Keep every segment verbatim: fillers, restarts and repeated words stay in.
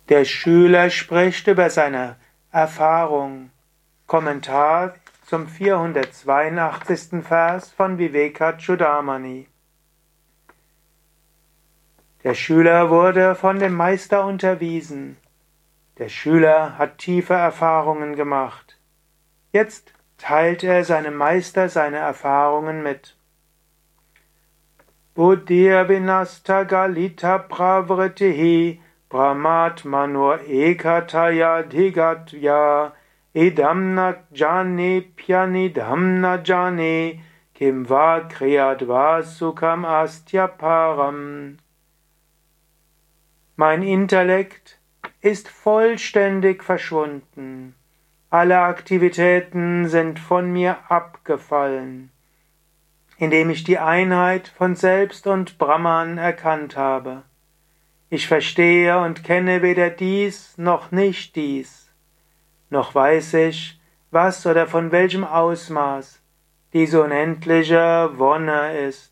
Der Schüler spricht über seine Erfahrung. Kommentar zum vierhundertzweiundachtzigsten Vers von Vivekachudamani. Der Schüler wurde von dem Meister unterwiesen. Der Schüler hat tiefe Erfahrungen gemacht. Jetzt teilt er seinem Meister seine Erfahrungen mit. Buddhir vinasta galita pravritihi brahmatmanur ekataya dhigatya idam na jane pyanidam na jane kim va kriyat va sukham astya param. Mein Intellekt ist vollständig verschwunden. Alle Aktivitäten sind von mir abgefallen, indem ich die Einheit von Selbst und Brahman erkannt habe. Ich verstehe und kenne weder dies noch nicht dies, noch weiß ich, was oder von welchem Ausmaß diese unendliche Wonne ist.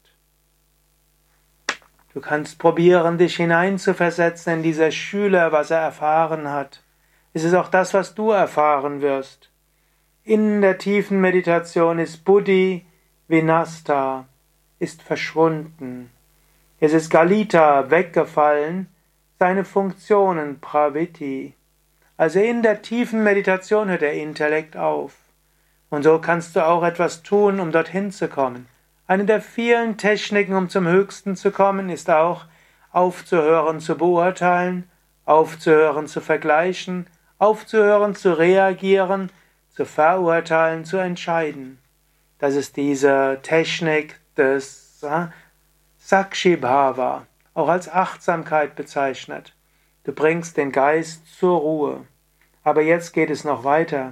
Du kannst probieren, dich hineinzuversetzen in dieser Schüler, was er erfahren hat. Es ist auch das, was du erfahren wirst. In der tiefen Meditation ist Buddhi Vinasta, ist verschwunden. Es ist Galita, weggefallen, seine Funktionen Praviti. Also in der tiefen Meditation hört der Intellekt auf. Und so kannst du auch etwas tun, um dorthin zu kommen. Eine der vielen Techniken, um zum Höchsten zu kommen, ist auch, aufzuhören zu beurteilen, aufzuhören zu vergleichen, aufzuhören zu reagieren, zu verurteilen, zu entscheiden. Das ist diese Technik des äh, Sakshibhava, auch als Achtsamkeit bezeichnet. Du bringst den Geist zur Ruhe. Aber jetzt geht es noch weiter.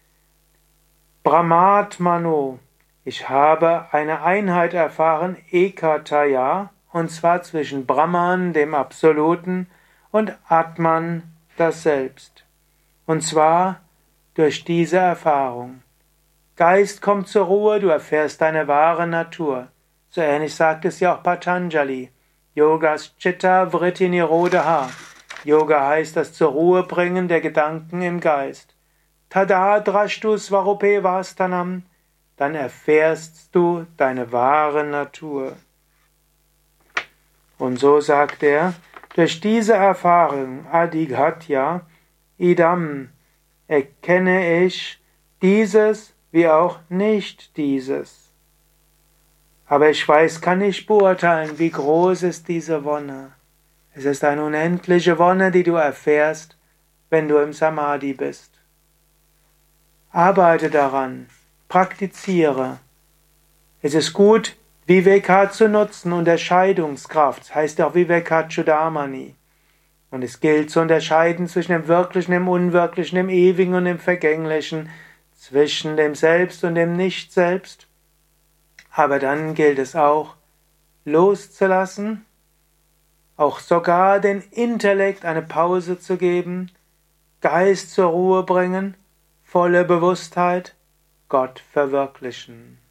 Brahmatmano. Ich habe eine Einheit erfahren, Ekataya, und zwar zwischen Brahman, dem Absoluten, und Atman, das Selbst. Und zwar durch diese Erfahrung. Geist kommt zur Ruhe, du erfährst deine wahre Natur. So ähnlich sagt es ja auch Patanjali. Yogas Chitta Vritti Nirodha. Yoga heißt das zur Ruhe bringen der Gedanken im Geist. Tada drashtu svarupe vastanam. Dann erfährst du deine wahre Natur. Und so sagt er, durch diese Erfahrung, Adhighatya, Idam, erkenne ich dieses wie auch nicht dieses. Aber ich weiß, kann nicht beurteilen, wie groß ist diese Wonne. Es ist eine unendliche Wonne, die du erfährst, wenn du im Samadhi bist. Arbeite daran. Praktiziere. Es ist gut, Viveka zu nutzen, Unterscheidungskraft, das heißt auch Vivekachudamani. Und es gilt zu unterscheiden zwischen dem Wirklichen, dem Unwirklichen, dem Ewigen und dem Vergänglichen, zwischen dem Selbst und dem Nicht-Selbst. Aber dann gilt es auch, loszulassen, auch sogar den Intellekt eine Pause zu geben, Geist zur Ruhe bringen, volle Bewusstheit, Gott verwirklichen.